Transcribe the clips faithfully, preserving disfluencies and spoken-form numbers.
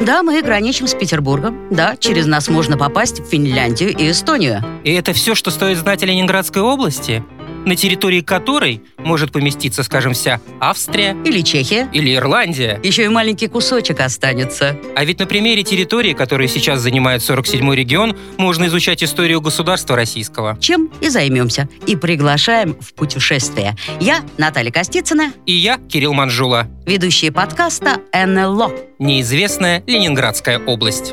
Да, мы граничим с Петербургом. Да, через нас можно попасть в Финляндию и Эстонию. И это все, что стоит знать о Ленинградской области? На территории которой может поместиться, скажем, вся Австрия Или Чехия. или Ирландия. Еще и маленький кусочек останется. А ведь на примере территории, которую сейчас занимает сорок седьмой регион, можно изучать историю государства российского. Чем и займемся. И приглашаем в путешествие. Я Наталья Костицына. И я, Кирилл Манжула. Ведущие подкаста эн эл о. Неизвестная Ленинградская область.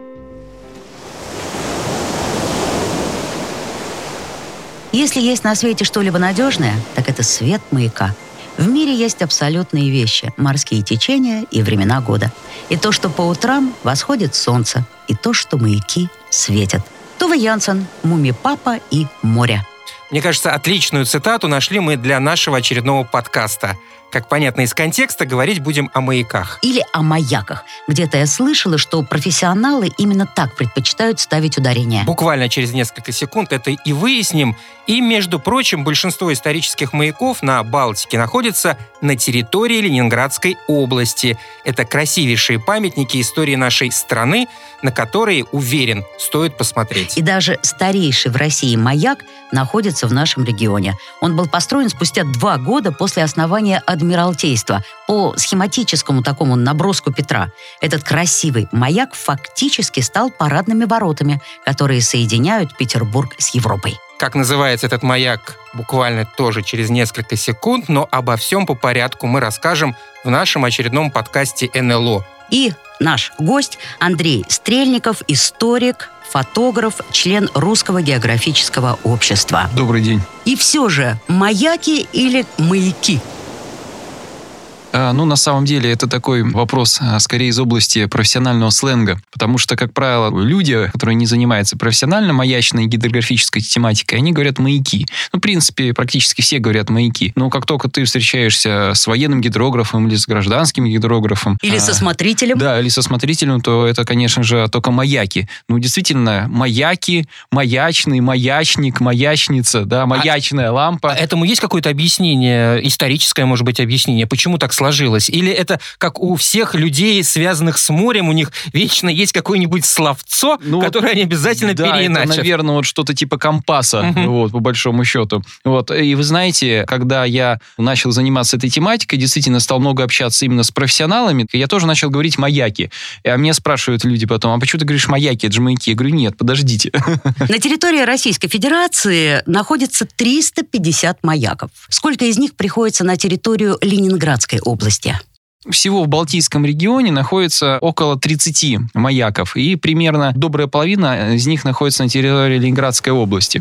Если есть на свете что-либо надежное, так это свет маяка. В мире есть абсолютные вещи – морские течения и времена года. И то, что по утрам восходит солнце, и то, что маяки светят. Туве Янсен, Муми-папа и море. Мне кажется, отличную цитату нашли мы для нашего очередного подкаста. Как понятно из контекста, говорить будем о маяках. Или о маяках. Где-то я слышала, что профессионалы именно так предпочитают ставить ударение. Буквально через несколько секунд это и выясним. И, между прочим, большинство исторических маяков на Балтике находятся на территории Ленинградской области. Это красивейшие памятники истории нашей страны, на которые, уверен, стоит посмотреть. И даже старейший в России маяк находится в нашем регионе. Он был построен спустя два года после основания Адмиралтейства по схематическому такому наброску Петра. Этот красивый маяк фактически стал парадными воротами, которые соединяют Петербург с Европой. Как называется этот маяк, буквально тоже через несколько секунд, но обо всем по порядку мы расскажем в нашем очередном подкасте эн эл о. И наш гость Андрей Стрельников, историк, фотограф, член Русского географического общества. Добрый день. И все же, маяки или маяки? Ну, на самом деле, это такой вопрос, скорее, из области профессионального сленга. Потому что, как правило, люди, которые не занимаются профессионально маячной и гидрографической тематикой, они говорят маяки. Ну, в принципе, практически все говорят маяки. Но как только ты встречаешься с военным гидрографом или с гражданским гидрографом... Или а, со смотрителем. Да, или со смотрителем, то это, конечно же, только маяки. Ну, действительно, маяки, маячный, маячник, маячница, да, маячная а, лампа. А этому есть какое-то объяснение, историческое, может быть, объяснение? Почему так сложилось? Или это, как у всех людей, связанных с морем, у них вечно есть какое-нибудь словцо, ну, которое они обязательно да, переиначат? Это, наверное, вот что-то типа компаса, uh-huh. вот, по большому счету. Вот. И вы знаете, когда я начал заниматься этой тематикой, действительно стал много общаться именно с профессионалами, я тоже начал говорить маяки. А меня спрашивают люди потом, а почему ты говоришь маяки, это же маяки? Я говорю, нет, подождите. На территории Российской Федерации находится триста пятьдесят маяков. Сколько из них приходится на территорию Ленинградской области? Всего в Балтийском регионе находится около тридцати маяков, и примерно добрая половина из них находится на территории Ленинградской области.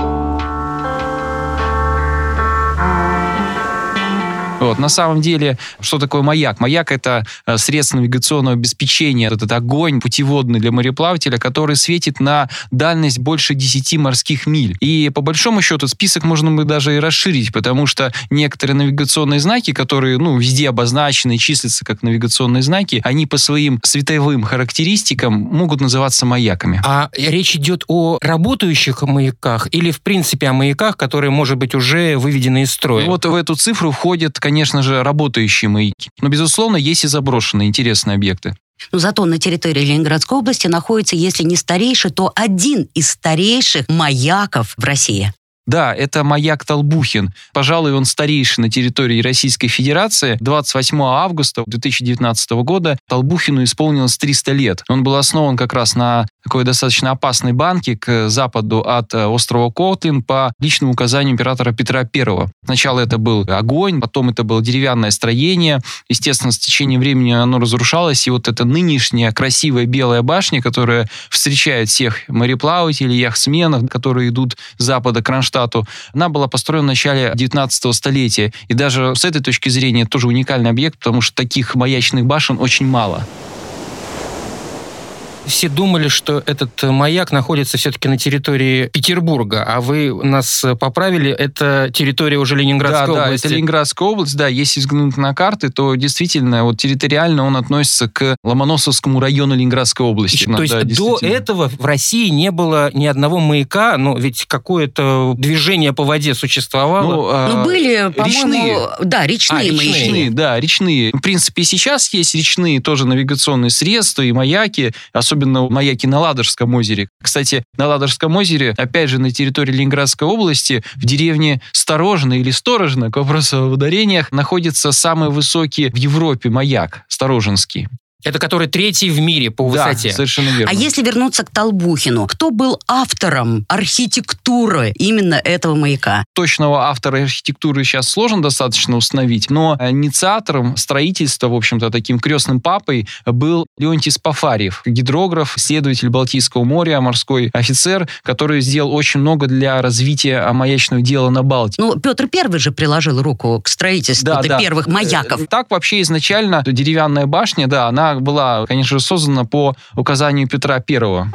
Вот. На самом деле, что такое маяк? Маяк — это средство навигационного обеспечения, этот огонь путеводный для мореплавателя, который светит на дальность больше десяти морских миль. И по большому счету список можно бы даже и расширить, потому что некоторые навигационные знаки, которые ну, везде обозначены и числятся как навигационные знаки, они по своим световым характеристикам могут называться маяками. А речь идет о работающих маяках или, в принципе, о маяках, которые, может быть, уже выведены из строя? Вот в эту цифру входят, конечно же, работающие маяки. Но, безусловно, есть и заброшенные интересные объекты. Но зато на территории Ленинградской области находится, если не старейший, то один из старейших маяков в России. Да, это маяк Толбухин. Пожалуй, он старейший на территории Российской Федерации. двадцать восьмого августа две тысячи девятнадцатого года Толбухину исполнилось триста лет. Он был основан как раз на такой достаточно опасной банке к западу от острова Котлин по личному указанию императора Петра Первого. Сначала это был огонь, потом это было деревянное строение. Естественно, с течением времени оно разрушалось, и вот эта нынешняя красивая белая башня, которая встречает всех мореплавателей, яхтсменов, которые идут с запада Кронштадта, она была построена в начале девятнадцатого столетия. И даже с этой точки зрения это тоже уникальный объект, потому что таких маячных башен очень мало. все думали, что этот маяк находится все-таки на территории Петербурга, а вы нас поправили, это территория уже Ленинградской да, области. Да, это Ленинградская область, да, если взглянуть на карты, то действительно вот территориально он относится к Ломоносовскому району Ленинградской области. То есть да, до этого в России не было ни одного маяка, но ведь какое-то движение по воде существовало. Ну, а, ну были, по-моему, да, речные а, маяки. Речные, да, речные. В принципе, сейчас есть речные тоже навигационные средства и маяки, особенно маяки на Ладожском озере. Кстати, на Ладожском озере, опять же, на территории Ленинградской области, в деревне Сторожино или Сторожино, к вопросу об ударениях, находится самый высокий в Европе маяк, Сторожинский. Это который третий в мире по высоте. Да, совершенно верно. А если вернуться к Толбухину, кто был автором архитектуры именно этого маяка? Точного автора архитектуры сейчас сложно достаточно установить, но инициатором строительства, в общем-то, таким крестным папой был Леонтий Спафарьев, гидрограф, исследователь Балтийского моря, морской офицер, который сделал очень много для развития маячного дела на Балтике. Ну, Петр Первый же приложил руку к строительству да, да. первых маяков. Так вообще изначально деревянная башня, да, она была, конечно же, создана по указанию Петра Первого.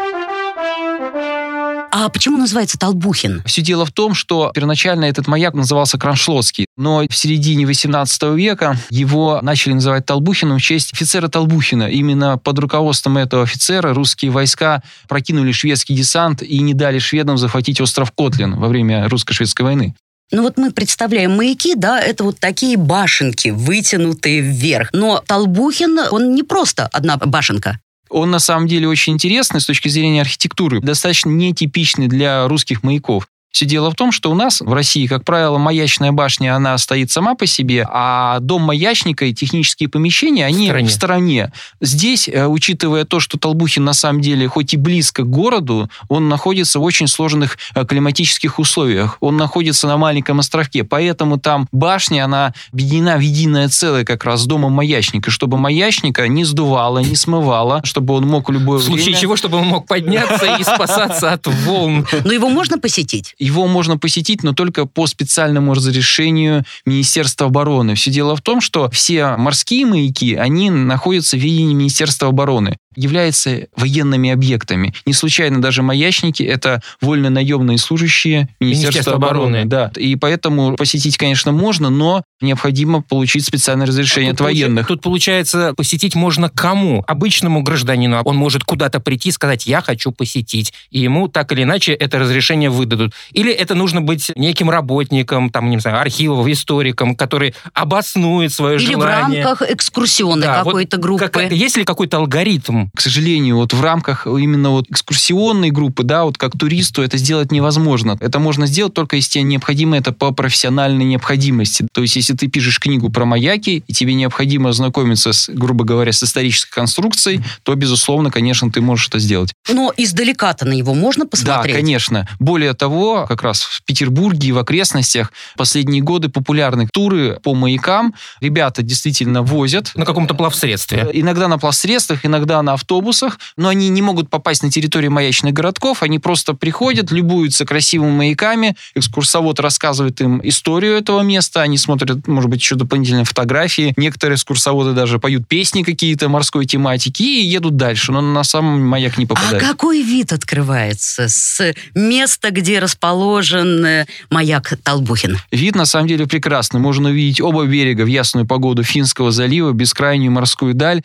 А почему называется Толбухин? Все дело в том, что первоначально этот маяк назывался Кроншлотский, но в середине восемнадцатого века его начали называть Толбухиным в честь офицера Толбухина. Именно под руководством этого офицера русские войска прокинули шведский десант и не дали шведам захватить остров Котлин во время русско-шведской войны. Ну вот мы представляем маяки, да, это вот такие башенки, вытянутые вверх. Но Толбухин, он не просто одна башенка. Он на самом деле очень интересный с точки зрения архитектуры, достаточно нетипичный для русских маяков. Все дело в том, что у нас в России, как правило, маячная башня, она стоит сама по себе, а дом маячника и технические помещения, они в стороне. В стороне. Здесь, учитывая то, что Толбухин на самом деле, хоть и близко к городу, он находится в очень сложных климатических условиях. Он находится на маленьком островке, поэтому там башня, она объединена в единое целое как раз с домом маячника, чтобы маячника не сдувало, не смывало, чтобы он мог в любое время... В случае чего, чтобы он мог подняться и спасаться от волн. Но его можно посетить? Его можно посетить, но только по специальному разрешению Министерства обороны. Все дело в том, что все морские маяки, они находятся в ведении Министерства обороны, являются военными объектами. Не случайно даже маячники — это вольно-наемные служащие Министерства, Министерства обороны. обороны. Да. И поэтому посетить, конечно, можно, но необходимо получить специальное разрешение а от военных. Тут, получается, посетить можно кому? Обычному гражданину. Он может куда-то прийти и сказать: я хочу посетить. И ему так или иначе это разрешение выдадут. Или это нужно быть неким работником, там, не знаю, архивов, историком, который обоснует свое Или желание. Или в рамках экскурсионной да, какой-то вот группы. Как, есть ли какой-то алгоритм? К сожалению, вот в рамках именно вот экскурсионной группы, да, вот как туристу это сделать невозможно. Это можно сделать только если тебе необходимо это по профессиональной необходимости. То есть, если ты пишешь книгу про маяки, и тебе необходимо ознакомиться, с, грубо говоря, с исторической конструкцией, то, безусловно, конечно, ты можешь это сделать. Но издалека-то на него можно посмотреть? Да, конечно. Более того, как раз в Петербурге и в окрестностях последние годы популярны туры по маякам. Ребята действительно возят. На каком-то плавсредстве. Иногда на плавсредствах, иногда на автобусах, но они не могут попасть на территорию маячных городков, они просто приходят, любуются красивыми маяками, экскурсовод рассказывает им историю этого места, они смотрят, может быть, еще дополнительные фотографии, некоторые экскурсоводы даже поют песни какие-то морской тематики и едут дальше, но на сам маяк не попадают. А какой вид открывается с места, где расположен маяк Толбухин? Вид, на самом деле, прекрасный. Можно увидеть оба берега в ясную погоду Финского залива, бескрайнюю морскую даль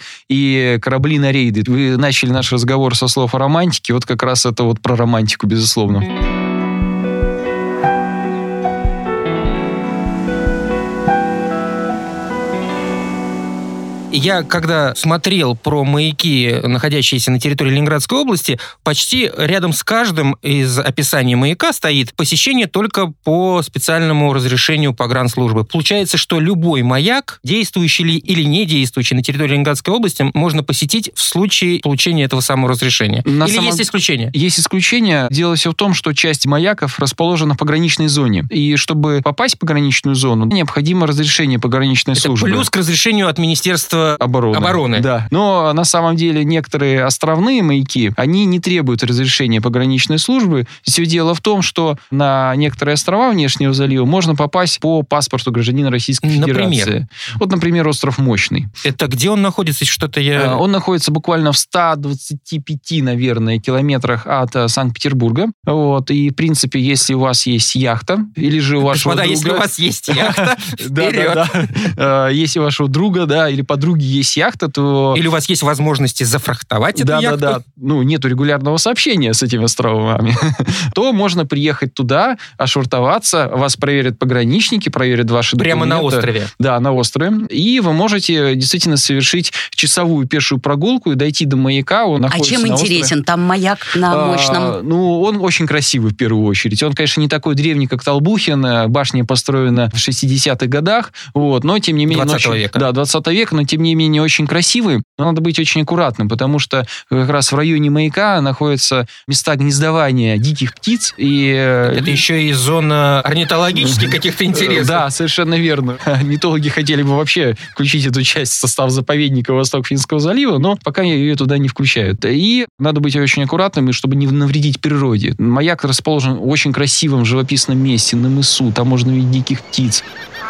и корабли на рейды. Вы начали наш разговор со слов о романтике, вот как раз это вот про романтику, безусловно. Я, когда смотрел про маяки, находящиеся на территории Ленинградской области, почти рядом с каждым из описаний маяка стоит посещение только по специальному разрешению погранслужбы. Получается, что любой маяк, действующий или не действующий на территории Ленинградской области, можно посетить в случае получения этого самого разрешения. На или самом... есть исключения? Есть исключения. Дело все в том, что часть маяков расположена в пограничной зоне. И чтобы попасть в пограничную зону, необходимо разрешение пограничной Это службы. Плюс к разрешению от Министерства средства обороны. обороны. Да. Но на самом деле некоторые островные маяки, они не требуют разрешения пограничной службы. Все дело в том, что на некоторые острова внешнего залива можно попасть по паспорту гражданина Российской Федерации. Например? Вот, например, остров Мощный. Это где он находится? Что-то я... Он находится буквально в ста двадцати пяти, наверное, километрах от Санкт-Петербурга. Вот. И, в принципе, если у вас есть яхта, или же у вашего Господа, друга... если у вас есть яхта, вперед! Если у вашего друга, да, или подруги есть яхта, то... Или у вас есть возможности зафрахтовать эту яхту. Да-да-да. Ну, нету регулярного сообщения с этими островами. То можно приехать туда, ошвартоваться, вас проверят пограничники, проверят ваши документы. Прямо на острове. Да, на острове. И вы можете действительно совершить часовую пешую прогулку и дойти до маяка. Он а чем интересен там маяк на Мощном? А, ну, он очень красивый в первую очередь. Он, конечно, не такой древний, как Толбухин. Башня построена в шестидесятых годах. Вот, но, тем не менее... двадцатого очень, века. Да, двадцатого века, но, тем не менее, очень красивый. Но надо быть очень аккуратным, потому что как раз в районе маяка находятся места гнездования диких птиц. И... Это еще и зона орнитологических каких-то интересов. Да, совершенно верно. Орнитологи хотели бы вообще включить эту часть в состав заповедника Восток Финского залива, но пока ее туда не включают. И надо быть очень аккуратным, чтобы не навредить природе. Маяк расположен в очень красивом живописном месте, на мысу. Там можно видеть диких птиц.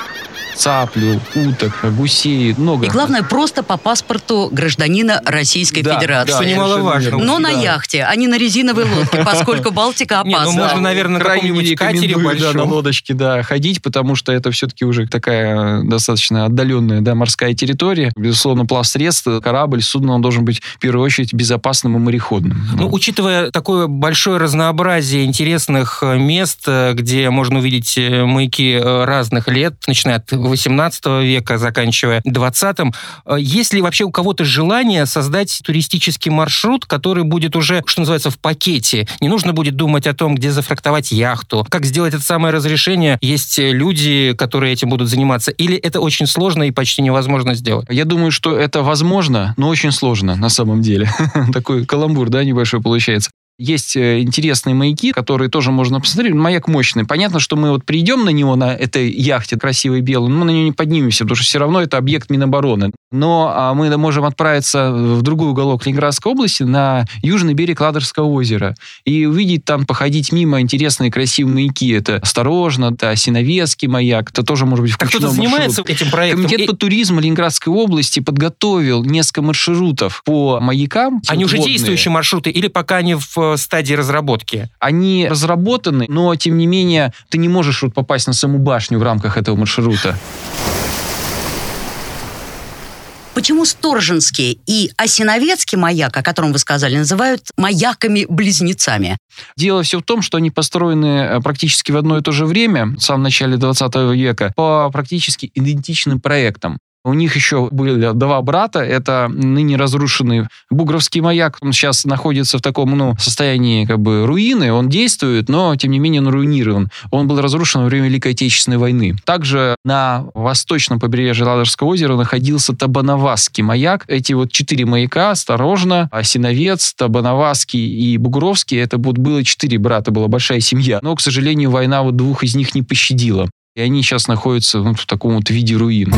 Цаплю, уток, гусей, много. И главное, просто по паспорту гражданина Российской да, Федерации. Да, что немаловажно. Но да. на яхте, а не на резиновой лодке, поскольку Балтика опасна. Нет, ну можно, наверное, на каком-нибудь катере большом. Да, на лодочке, да, ходить, потому что это все-таки уже такая достаточно отдаленная, да, морская территория. Безусловно, плав средств, корабль, судно, он должен быть в первую очередь безопасным и мореходным. Ну, учитывая такое большое разнообразие интересных мест, где можно увидеть маяки разных лет, начиная от восемнадцатого века, заканчивая двадцатым. Есть ли вообще у кого-то желание создать туристический маршрут, который будет уже, что называется, в пакете? Не нужно будет думать о том, где зафрахтовать яхту, как сделать это самое разрешение. Есть люди, которые этим будут заниматься. Или это очень сложно и почти невозможно сделать? Я думаю, что это возможно, но очень сложно на самом деле. Такой каламбур, да, небольшой получается. Есть интересные маяки, которые тоже можно посмотреть. Маяк Мощный. Понятно, что мы вот придем на него, на этой яхте красивой белой, но мы на нее не поднимемся, потому что все равно это объект Минобороны. Но а мы можем отправиться в другой уголок Ленинградской области, на южный берег Ладожского озера, и увидеть там, походить мимо интересные красивые маяки. Это «Осторожно», это «Осиновецкий маяк», это тоже может быть включено. А кто-то занимается этим проектом? Комитет по туризму Ленинградской области подготовил несколько маршрутов по маякам. Они уже водные. Действующие маршруты или пока они в стадии разработки? Они разработаны, но, тем не менее, ты не можешь вот попасть на саму башню в рамках этого маршрута. Почему Сторожинский и Осиновецкий маяк, о котором вы сказали, называют маяками-близнецами? Дело все в том, что они построены практически в одно и то же время, в самом начале двадцатого века, по практически идентичным проектам. У них еще были два брата. Это ныне разрушенный Бугровский маяк. Он сейчас находится в таком, ну, состоянии как бы руины. Он действует, но, тем не менее, он руинирован. Он был разрушен во время Великой Отечественной войны. Также на восточном побережье Ладожского озера находился Табановасский маяк. Эти вот четыре маяка, «Осторожно», «Осиновец», Табановасский и Бугровский, это вот было четыре брата, была большая семья. Но, к сожалению, война вот двух из них не пощадила. И они сейчас находятся вот в таком вот виде руин.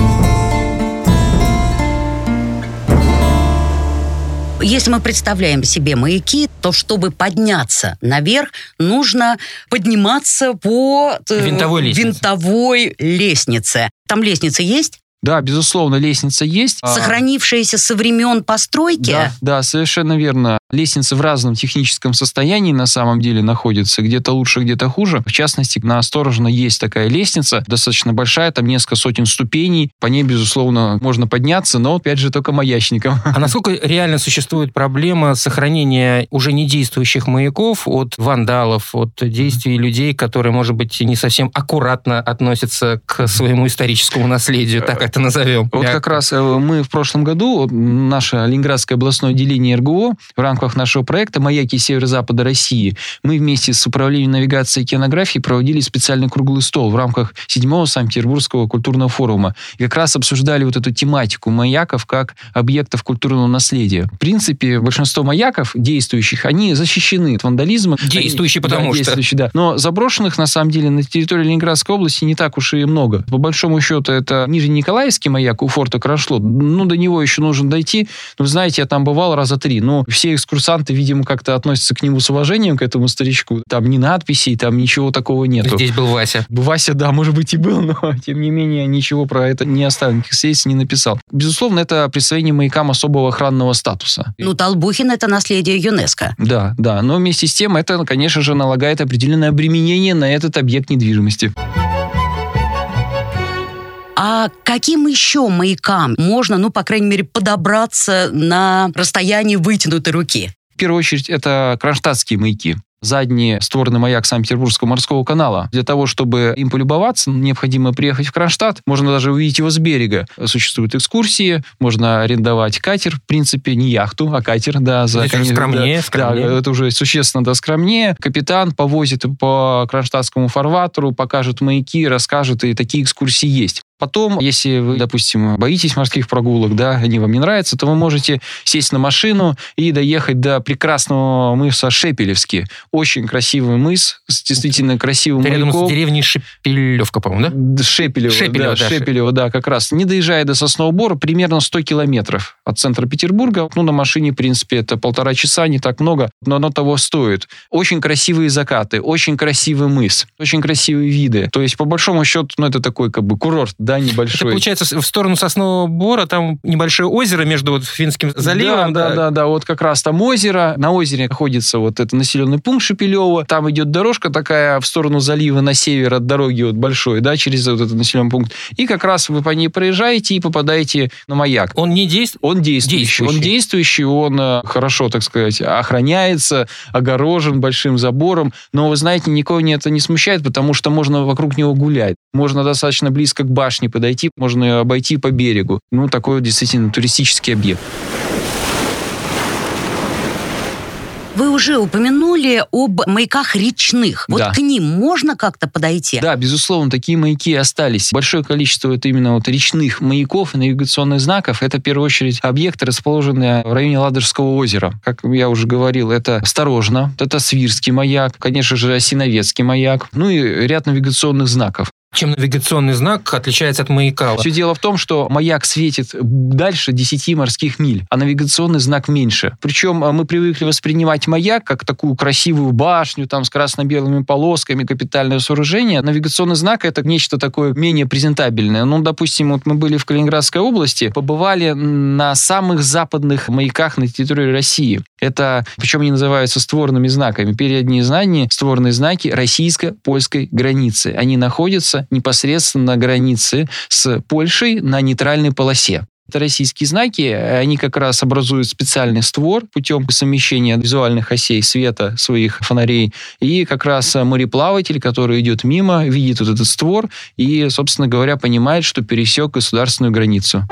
Если мы представляем себе маяки, то чтобы подняться наверх, нужно подниматься по винтовой лестнице. винтовой лестнице. Там лестница есть? Да, безусловно, лестница есть. Сохранившаяся со времен постройки? Да, да, совершенно верно. Лестницы в разном техническом состоянии на самом деле находятся. Где-то лучше, где-то хуже. В частности, на Осторожно есть такая лестница, достаточно большая, там несколько сотен ступеней. По ней, безусловно, можно подняться, но, опять же, только маячником. А насколько реально существует проблема сохранения уже не действующих маяков от вандалов, от действий людей, которые, может быть, не совсем аккуратно относятся к своему историческому наследию, так это назовем? Вот как раз мы в прошлом году, наше Ленинградское областное отделение эр гэ о в рамках рамках нашего проекта «Маяки северо-запада России» мы вместе с Управлением навигации и океанографии проводили специальный круглый стол в рамках седьмого Санкт-Петербургского культурного форума. И как раз обсуждали вот эту тематику маяков как объектов культурного наследия. В принципе, большинство маяков действующих, они защищены от вандализма. Действующие, они, потому да, что... Действующие, да. Но заброшенных, на самом деле, на территории Ленинградской области не так уж и много. По большому счету, это Нижнениколаевский маяк у форта Кроншлот. Ну, до него еще нужно дойти. Ну, знаете, я там бывал раза три. Но все экскурсанты, видимо, как-то относятся к нему с уважением, к этому старичку. Там ни надписей, там ничего такого нету. Здесь был Вася. Вася, да, может быть и был, но, тем не менее, ничего про это не оставил, никаких свидетельств не написал. Безусловно, это присвоение маякам особого охранного статуса. Ну, Толбухин — это наследие ЮНЕСКО. Да, да. Но вместе с тем это, конечно же, налагает определенное обременение на этот объект недвижимости. А каким еще маякам можно, ну, по крайней мере, подобраться на расстоянии вытянутой руки? В первую очередь, это кронштадтские маяки. Задний створный маяк Санкт-Петербургского морского канала. Для того, чтобы им полюбоваться, необходимо приехать в Кронштадт. Можно даже увидеть его с берега. Существуют экскурсии, можно арендовать катер. В принципе, не яхту, а катер. Да, за, это конечно, скромнее, да, скромнее. Да, это уже существенно да, скромнее. Капитан повозит по кронштадтскому фарватеру, покажет маяки, расскажет, и такие экскурсии есть. Потом, если вы, допустим, боитесь морских прогулок, да, они вам не нравятся, то вы можете сесть на машину и доехать до прекрасного мыса Шепелевский. Очень красивый мыс с действительно красивым Это маяком. рядом с деревней Шепелевка, по-моему, да? Шепелево, Шепелево, да, да, Шепелево, да, как раз. Не доезжая до Соснового Бора, примерно сто километров от центра Петербурга. Ну, на машине, в принципе, это полтора часа, не так много, но оно того стоит. Очень красивые закаты, очень красивый мыс, очень красивые виды. То есть, по большому счету, ну, это такой, как бы, курорт, да, небольшой. Это, получается, в сторону Соснового Бора, там небольшое озеро между вот Финским заливом. Да, да, да, да, да, вот как раз там озеро. На озере находится вот это населенный пункт Шепелево. Там идет дорожка такая в сторону залива на север от дороги вот большой, да, через вот этот населенный пункт. И как раз вы по ней проезжаете и попадаете на маяк. Он не действует? Он действующий. действующий. Он действующий, он хорошо, так сказать, охраняется, огорожен большим забором. Но, вы знаете, никого это не смущает, потому что можно вокруг него гулять. Можно достаточно близко к башне подойти, можно ее обойти по берегу. Ну, такой действительно туристический объект. Вы уже упомянули об маяках речных. Вот да. к ним можно как-то подойти? Да, безусловно, такие маяки остались. Большое количество вот именно вот речных маяков и навигационных знаков. Это, в первую очередь, объекты, расположенные в районе Ладожского озера. Как я уже говорил, это Осторожно, это Свирский маяк, конечно же, Осиновецкий маяк, ну и ряд навигационных знаков. Чем навигационный знак отличается от маяка? Все дело в том, что маяк светит дальше десяти морских миль, а навигационный знак меньше. Причем мы привыкли воспринимать маяк как такую красивую башню там, с красно-белыми полосками, капитальное сооружение. Навигационный знак — это нечто такое менее презентабельное. Ну, допустим, вот мы были в Калининградской области, побывали на самых западных маяках на территории России. Это, причем они называются створными знаками. Передние знания, створные знаки российско-польской границы. Они находятся непосредственно на границе с Польшей на нейтральной полосе. Это российские знаки, они как раз образуют специальный створ путем совмещения визуальных осей света своих фонарей. И как раз мореплаватель, который идет мимо, видит вот этот створ и, собственно говоря, понимает, что пересек государственную границу.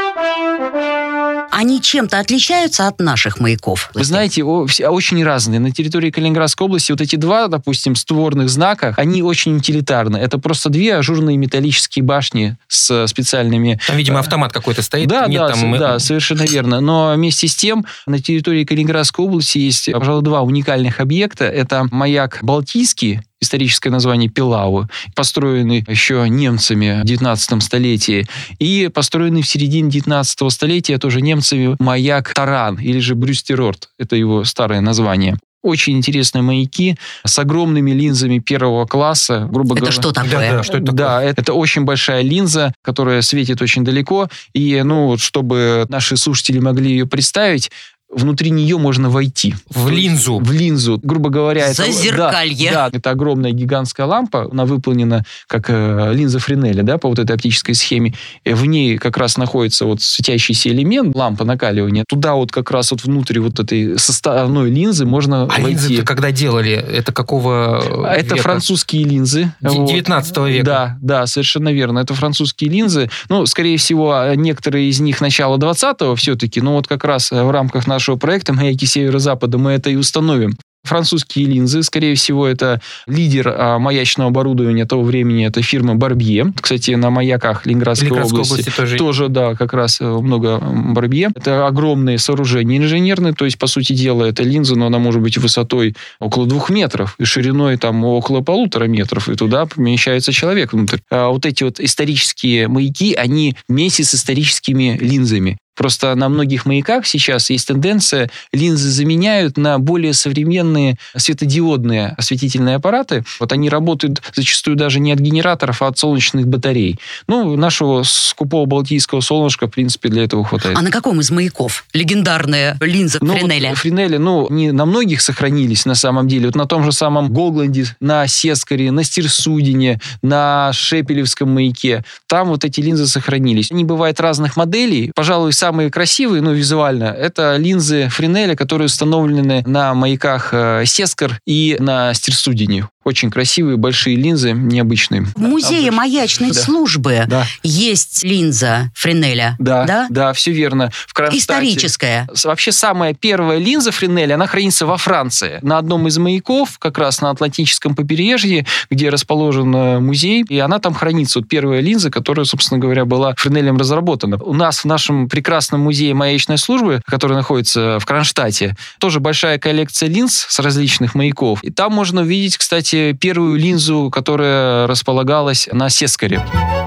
Они чем-то отличаются от наших маяков? Вы знаете, очень разные. На территории Калининградской области вот эти два, допустим, створных знака, они очень утилитарны. Это просто две ажурные металлические башни с специальными... Там, видимо, автомат какой-то стоит. Да, Нет, да, там... да, совершенно верно. Но вместе с тем на территории Калининградской области есть, пожалуй, два уникальных объекта. Это маяк Балтийский, историческое название Пилау, построенный еще немцами в девятнадцатом столетии, и построенный в середине девятнадцатого столетия тоже немцами маяк Таран, или же Брюстерорт, это его старое название. Очень интересные маяки с огромными линзами первого класса, грубо это говоря. Что такое? Да, да, что это такое? Да, это, это очень большая линза, которая светит очень далеко, и, ну, чтобы наши слушатели могли ее представить, внутри нее можно войти. В линзу? В линзу. Грубо говоря, Зазеркалье. Это, да, да, это огромная гигантская лампа, она выполнена как э, линза Френеля, да, по вот этой оптической схеме. И в ней как раз находится вот светящийся элемент, лампа накаливания. Туда вот как раз вот внутрь вот этой составной линзы можно а войти. линзы-то когда делали? Это какого Это века? французские линзы. девятнадцатого века? Да, да, совершенно верно. Это французские линзы. Ну, скорее всего, некоторые из них начала двадцатого все-таки, но вот как раз в рамках нашего нашего проекта «Маяки Северо-Запада» мы это и установим. Французские линзы, скорее всего, это лидер а, маячного оборудования того времени, это фирма Барбье. Кстати, на маяках Ленинградской, Ленинградской области, области тоже, тоже, да, как раз много Барбье. Это огромные сооружения инженерные, то есть, по сути дела, это линза, но она может быть высотой около двух метров и шириной там около полутора метров, и туда помещается человек внутрь. А вот эти вот исторические маяки, они вместе с историческими линзами. Просто на многих маяках сейчас есть тенденция, линзы заменяют на более современные светодиодные осветительные аппараты. Вот они работают зачастую даже не от генераторов, а от солнечных батарей. Ну, нашего скупого балтийского солнышка, в принципе, для этого хватает. А на каком из маяков легендарная линза ну, Френеля? Вот Френели, ну, не на многих сохранились на самом деле. Вот на том же самом Гогланде, на Сескаре, на Стерсудине, на Шепелевском маяке. Там вот эти линзы сохранились. Они бывают разных моделей. Пожалуй, самые красивые, ну, визуально, это линзы Френеля, которые установлены на маяках Сескар и на Стерсудине. Очень красивые, большие линзы, необычные. В музее маячной да. службы да. есть линза Френеля. Да, да, да, все верно. В Кронштадте. Историческая. Вообще самая первая линза Френеля, она хранится во Франции. На одном из маяков, как раз на Атлантическом побережье, где расположен музей, и она там хранится. Вот первая линза, которая, собственно говоря, была Френелем разработана. У нас в нашем прекрасном музее маячной службы, который находится в Кронштадте, тоже большая коллекция линз с различных маяков. И там можно увидеть, кстати, первую линзу, которая располагалась на Сескаре.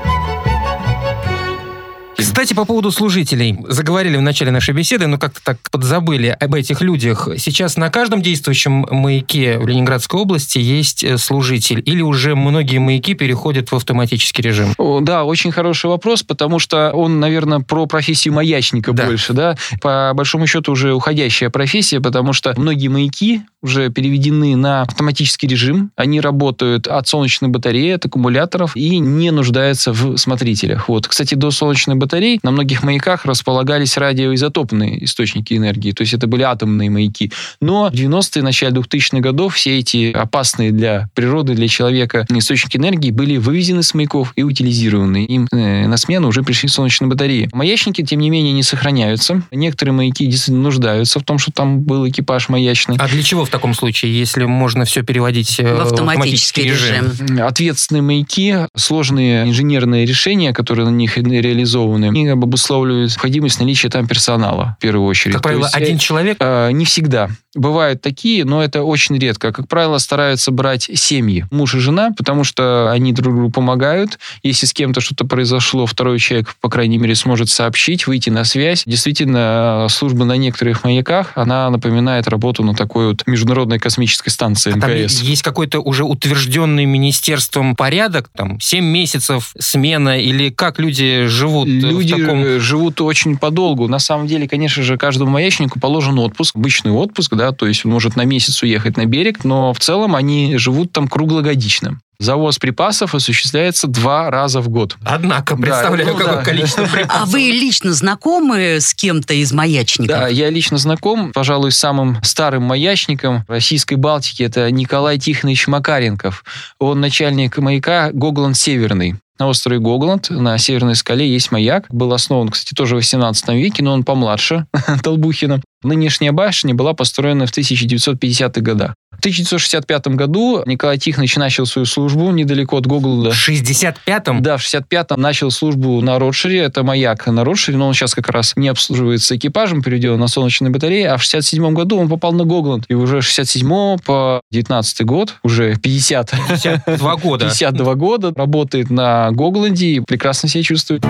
Кстати, по поводу служителей. Заговорили в начале нашей беседы, но как-то так подзабыли об этих людях. Сейчас на каждом действующем маяке в Ленинградской области есть служитель? Или уже многие маяки переходят в автоматический режим? О, да, очень хороший вопрос, потому что он, наверное, про профессию маячника да. больше. Да? По большому счету уже уходящая профессия, потому что многие маяки уже переведены на автоматический режим. Они работают от солнечной батареи, от аккумуляторов и не нуждаются в смотрителях. Вот. Кстати, до солнечной батареи на многих маяках располагались радиоизотопные источники энергии, то есть это были атомные маяки. Но в девяностые, начале двухтысячных годов все эти опасные для природы, для человека источники энергии были вывезены с маяков и утилизированы. Им э, на смену уже пришли солнечные батареи. Маячники, тем не менее, не сохраняются. Некоторые маяки действительно нуждаются в том, что там был экипаж маячный. А для чего в таком случае, если можно все переводить в автоматический, автоматический режим? режим? Ответственные маяки, сложные инженерные решения, которые на них реализованы, они обусловливают необходимость наличия там персонала, в первую очередь. Как правило, есть, один человек? Э, не всегда. Бывают такие, но это очень редко. Как правило, стараются брать семьи, муж и жена, потому что они друг другу помогают. Если с кем-то что-то произошло, второй человек, по крайней мере, сможет сообщить, выйти на связь. Действительно, служба на некоторых маяках, она напоминает работу на такой вот международной космической станции а МКС. Там есть какой-то уже утвержденный министерством порядок, там, семь месяцев смена, или как люди живут люди в таком... живут очень подолгу. На самом деле, конечно же, каждому маячнику положен отпуск, обычный отпуск, да, то есть он может на месяц уехать на берег, но в целом они живут там круглогодично. Завоз припасов осуществляется два раза в год. Однако, представляю, да, ну, какое да. количество припасов. А вы лично знакомы с кем-то из маячников? Да, я лично знаком, пожалуй, с самым старым маячником Российской Балтики. Это Николай Тихонович Макаренков. Он начальник маяка Гогланд Северный. На острове Гогланд, на Северной скале, есть маяк. Был основан, кстати, тоже в восемнадцатом веке, но он помладше Толбухина. Нынешняя башня была построена в тысяча девятьсот пятидесятых годах. В тысяча девятьсот шестьдесят пятом году Николай Тихонович начал свою службу недалеко от Гогланда. В шестьдесят пятом? Да, в шестьдесят пятом начал службу на Ротшире. Это маяк на Ротшире, но он сейчас как раз не обслуживается экипажем, переведен на солнечные батареи. А в шестьдесят седьмом году он попал на Гогланд. И уже с шестьдесят седьмого по девятнадцатый год, уже пятьдесят, пятьдесят два года. пятьдесят два года работает на Гогланде и прекрасно себя чувствует.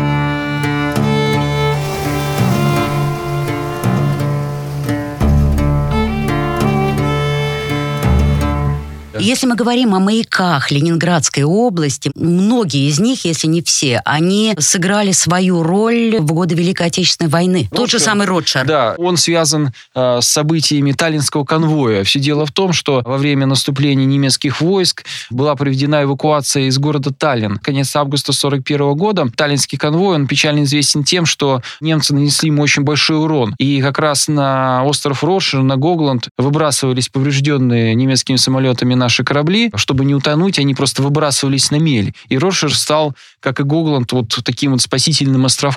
Если мы говорим о маяках Ленинградской области, многие из них, если не все, они сыграли свою роль в годы Великой Отечественной войны. Ротшир. Тот же самый Ротшир. Да, он связан э, с событиями Таллинского конвоя. Все дело в том, что во время наступления немецких войск была проведена эвакуация из города Таллин. Конец августа сорок первого года. Таллинский конвой, он печально известен тем, что немцы нанесли ему очень большой урон. И как раз на остров Ротшир, на Гогланд, выбрасывались поврежденные немецкими самолетами наши корабли. Чтобы не утонуть, они просто выбрасывались на мель. И Ротшир стал, как и Гогланд, вот таким вот спасительным островком.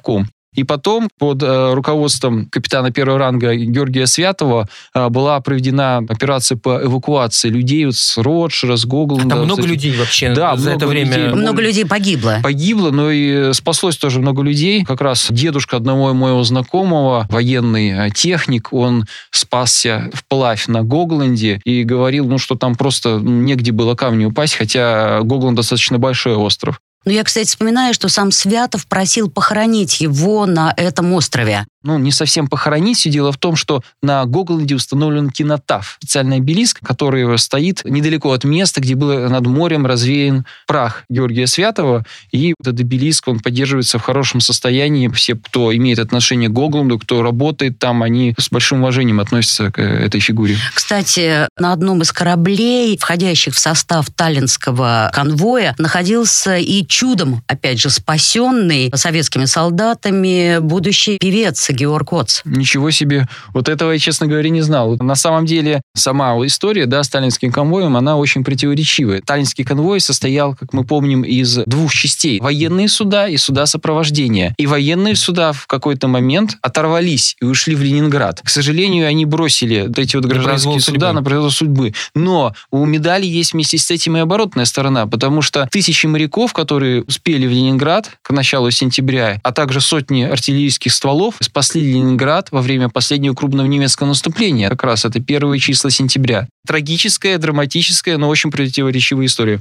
И потом под э, руководством капитана первого ранга Георгия Святого э, была проведена операция по эвакуации людей вот с Ротшира, с Гогланда. А там много этих... людей вообще да, за это время? Людей, много людей погибло. Погибло, но и спаслось тоже много людей. Как раз дедушка одного моего знакомого, военный техник, он спасся вплавь на Гогланде и говорил, ну, что там просто негде было камню упасть, хотя Гогланд достаточно большой остров. Ну, я, кстати, вспоминаю, что сам Святов просил похоронить его на этом острове. Ну, не совсем похоронить. Все дело в том, что на Гогланде установлен кинотаф, специальный обелиск, который стоит недалеко от места, где был над морем развеян прах Георгия Святого. И этот обелиск, он поддерживается в хорошем состоянии. Все, кто имеет отношение к Гогланду, кто работает там, они с большим уважением относятся к этой фигуре. Кстати, на одном из кораблей, входящих в состав таллинского конвоя, находился и чудом, опять же, спасенный советскими солдатами будущий певец Георг Оц. Ничего себе. Вот этого я, честно говоря, не знал. На самом деле, сама история, да, с таллинским конвоем, она очень противоречивая. Таллинский конвой состоял, как мы помним, из двух частей. Военные суда и суда сопровождения. И военные суда в какой-то момент оторвались и ушли в Ленинград. К сожалению, они бросили вот эти вот гражданские суда на произвол судьбы. Но у медали есть вместе с этим и оборотная сторона, потому что тысячи моряков, которые успели в Ленинград к началу сентября, а также сотни артиллерийских стволов спасли Ленинград во время последнего крупного немецкого наступления. Как раз это первые числа сентября. Трагическая, драматическая, но очень противоречивая история.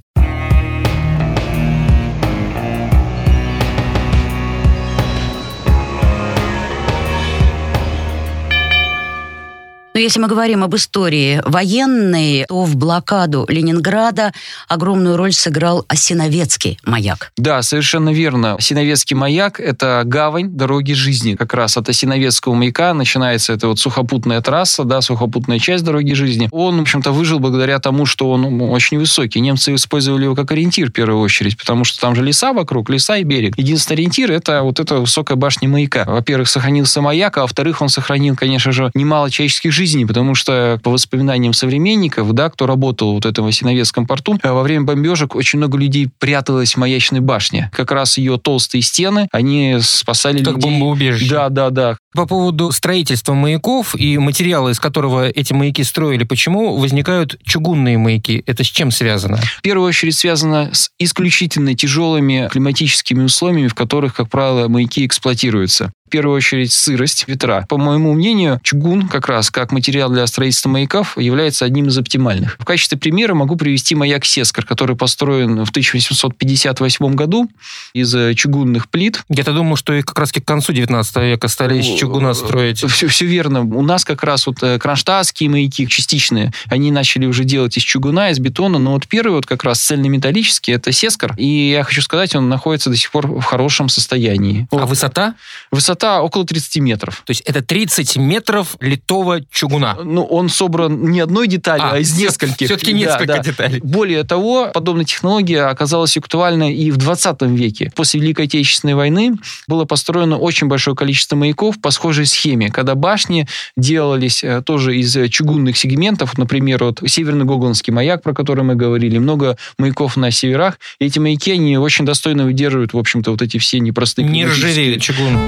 Но если мы говорим об истории военной, то в блокаду Ленинграда огромную роль сыграл Осиновецкий маяк. Да, совершенно верно. Осиновецкий маяк – это гавань дороги жизни. Как раз от Осиновецкого маяка начинается эта вот сухопутная трасса, да, сухопутная часть дороги жизни. Он, в общем-то, выжил благодаря тому, что он очень высокий. Немцы использовали его как ориентир в первую очередь, потому что там же леса вокруг, леса и берег. Единственный ориентир – это вот эта высокая башня маяка. Во-первых, сохранился маяк, а во-вторых, он сохранил, конечно же, немало человеческих жизней, потому что по воспоминаниям современников, да, кто работал вот в этом Осиновецком порту, во время бомбежек очень много людей пряталось в маячной башне. Как раз ее толстые стены, они спасали как людей. Бомбоубежище. Да, да, да. По поводу строительства маяков и материала, из которого эти маяки строили, почему возникают чугунные маяки? Это с чем связано? В первую очередь связано с исключительно тяжелыми климатическими условиями, в которых, как правило, маяки эксплуатируются. В первую очередь сырость, ветра. По моему мнению, чугун как раз как материал для строительства маяков является одним из оптимальных. В качестве примера могу привести маяк Сескар, который построен в тысяча восемьсот пятьдесят восьмом году из чугунных плит. Я-то думал, что и как раз к концу девятнадцатого века стали из чугуна строить. Все, все верно. У нас как раз вот кронштадтские маяки частичные, они начали уже делать из чугуна, из бетона, но вот первый вот как раз цельнометаллический, это Сескар. И я хочу сказать, он находится до сих пор в хорошем состоянии. А вот. высота? Высота около тридцати метров. То есть это тридцать метров литого чугуна? Ну, он собран не одной деталью, а, а из все, нескольких. Все-таки несколько да, да. деталей. Более того, подобная технология оказалась актуальна и в двадцатом веке. После Великой Отечественной войны было построено очень большое количество маяков по схожей схеме, когда башни делались тоже из чугунных сегментов, например, вот Северный Гогландский маяк, про который мы говорили, много маяков на северах. И эти маяки, они очень достойно выдерживают, в общем-то, вот эти все непростые... Не ржавеет чугун.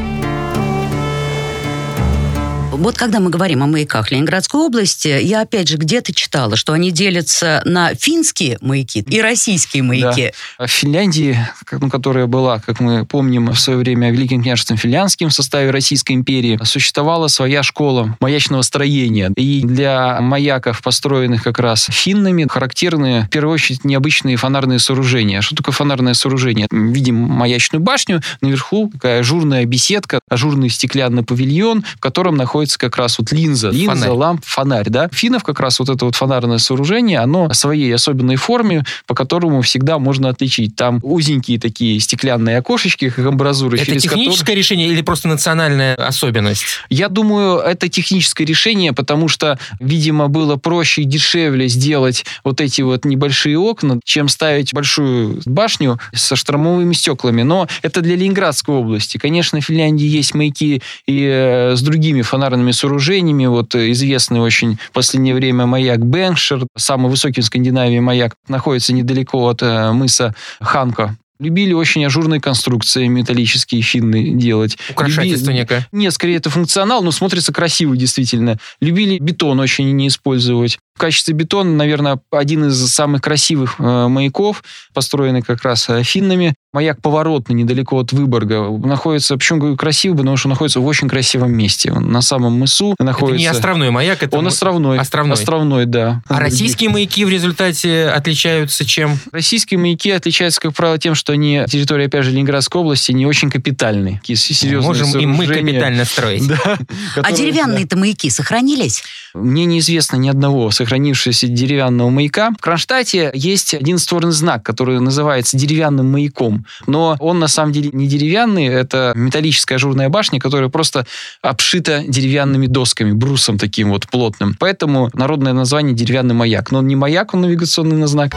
Вот когда мы говорим о маяках Ленинградской области, я опять же где-то читала, что они делятся на финские маяки и российские маяки. Да. В Финляндии, ну, которая была, как мы помним, в свое время Великим княжеством Финляндским в составе Российской империи, существовала своя школа маячного строения. И для маяков, построенных как раз финнами, характерны, в первую очередь, необычные фонарные сооружения. Что такое фонарное сооружение? Видим маячную башню, наверху такая ажурная беседка, ажурный стеклянный павильон, в котором находится как раз вот линза, линза, фонарь. ламп, фонарь, да. Финнов как раз вот это вот фонарное сооружение, оно своей особенной форме, по которому всегда можно отличить. Там узенькие такие стеклянные окошечки, как амбразуры. Это через техническое которые... решение или просто национальная особенность? Я думаю, это техническое решение, потому что, видимо, было проще и дешевле сделать вот эти вот небольшие окна, чем ставить большую башню со штормовыми стеклами. Но это для Ленинградской области. Конечно, в Финляндии есть маяки и э, с другими фонарными сооружениями. Вот известный очень в последнее время маяк Бенгшир, самый высокий в Скандинавии маяк, находится недалеко от э, мыса Ханка. Любили очень ажурные конструкции металлические, финны делать. Украшательство Люби... некое. Нет, скорее это функционал, но смотрится красиво действительно. Любили бетон очень не использовать. В качестве бетона, наверное, один из самых красивых э, маяков, построенный как раз э, финнами. Маяк поворотный, недалеко от Выборга. Находится, почему говорю красиво, потому что находится в очень красивом месте. Он на самом мысу находится. Это не островной маяк, это... Он островной. Островной. Островной, да. А российские маяки в результате отличаются чем? Российские маяки отличаются, как правило, тем, что они, территория, опять же, Ленинградской области, не очень капитальные. Такие серьезные Можем и мы капитально строить. Да, а которые, деревянные-то да. маяки сохранились? Мне неизвестно ни одного сохранившегося деревянного маяка. В Кронштадте есть одиннадцатистворный знак, который называется деревянным маяком. Но он на самом деле не деревянный, это металлическая ажурная башня, которая просто обшита деревянными досками, брусом таким вот плотным. Поэтому народное название деревянный маяк. Но он не маяк, он навигационный знак.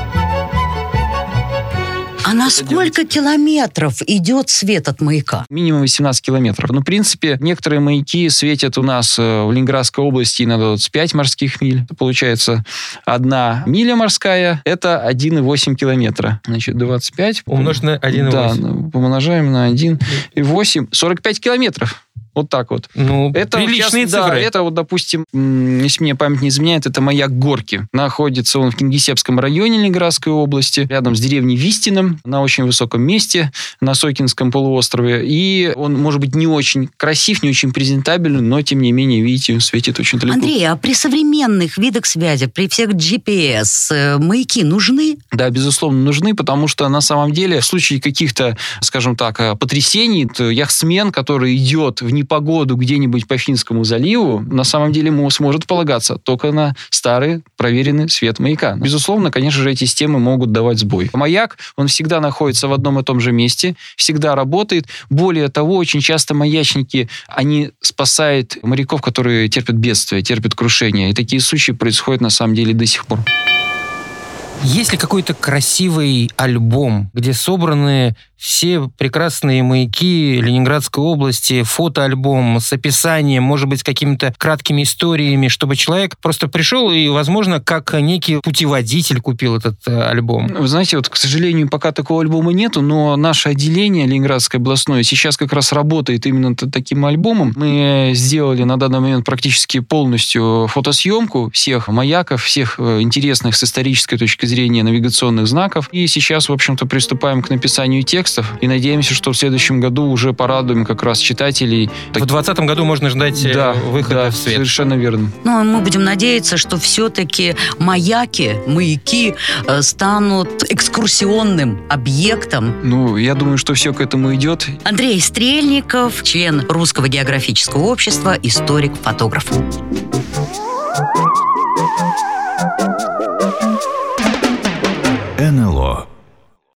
А на сколько километров идет свет от маяка? Минимум восемнадцать километров. Ну, в принципе, некоторые маяки светят у нас в Ленинградской области на двадцать пять морских миль. Получается, одна миля морская – это один и восемь километра. Значит, двадцать пять... Умножить на один и восемь. Да, помножаем на один и восемь. сорок пять километров. Вот так вот. Ну, это приличные сейчас, цифры. Да, это вот, допустим, если мне память не изменяет, это маяк Горки. Находится он в Кингисеппском районе Ленинградской области, рядом с деревней Вистиным, на очень высоком месте, на Сокинском полуострове. И он, может быть, не очень красив, не очень презентабельный, но, тем не менее, видите, светит очень далеко. Андрей, а при современных видах связи, при всех джи пи эс, маяки нужны? Да, безусловно, нужны, потому что, на самом деле, в случае каких-то, скажем так, потрясений, то яхтсмен, который идет в непогоду где-нибудь по Финскому заливу, на самом деле сможет полагаться только на старый проверенный свет маяка. Безусловно, конечно же, эти системы могут давать сбой. Маяк, он всегда находится в одном и том же месте, всегда работает. Более того, очень часто маячники, они спасают моряков, которые терпят бедствия, терпят крушение. И такие случаи происходят на самом деле до сих пор. Есть ли какой-то красивый альбом, где собраны все прекрасные маяки Ленинградской области, фотоальбом с описанием, может быть, с какими-то краткими историями, чтобы человек просто пришел и, возможно, как некий путеводитель купил этот альбом? Вы знаете, вот, к сожалению, пока такого альбома нету, но наше отделение Ленинградское областное сейчас как раз работает именно таким альбомом. Мы сделали на данный момент практически полностью фотосъемку всех маяков, всех интересных с исторической точки зрения навигационных знаков. И сейчас, в общем-то, приступаем к написанию текстов и надеемся, что в следующем году уже порадуем как раз читателей. В двадцатом году можно ждать да, выхода да, в свет. Совершенно верно. Ну, а мы будем надеяться, что все-таки маяки, маяки станут экскурсионным объектом. Ну, я думаю, что все к этому идет. Андрей Стрельников, член Русского географического общества, историк, фотограф.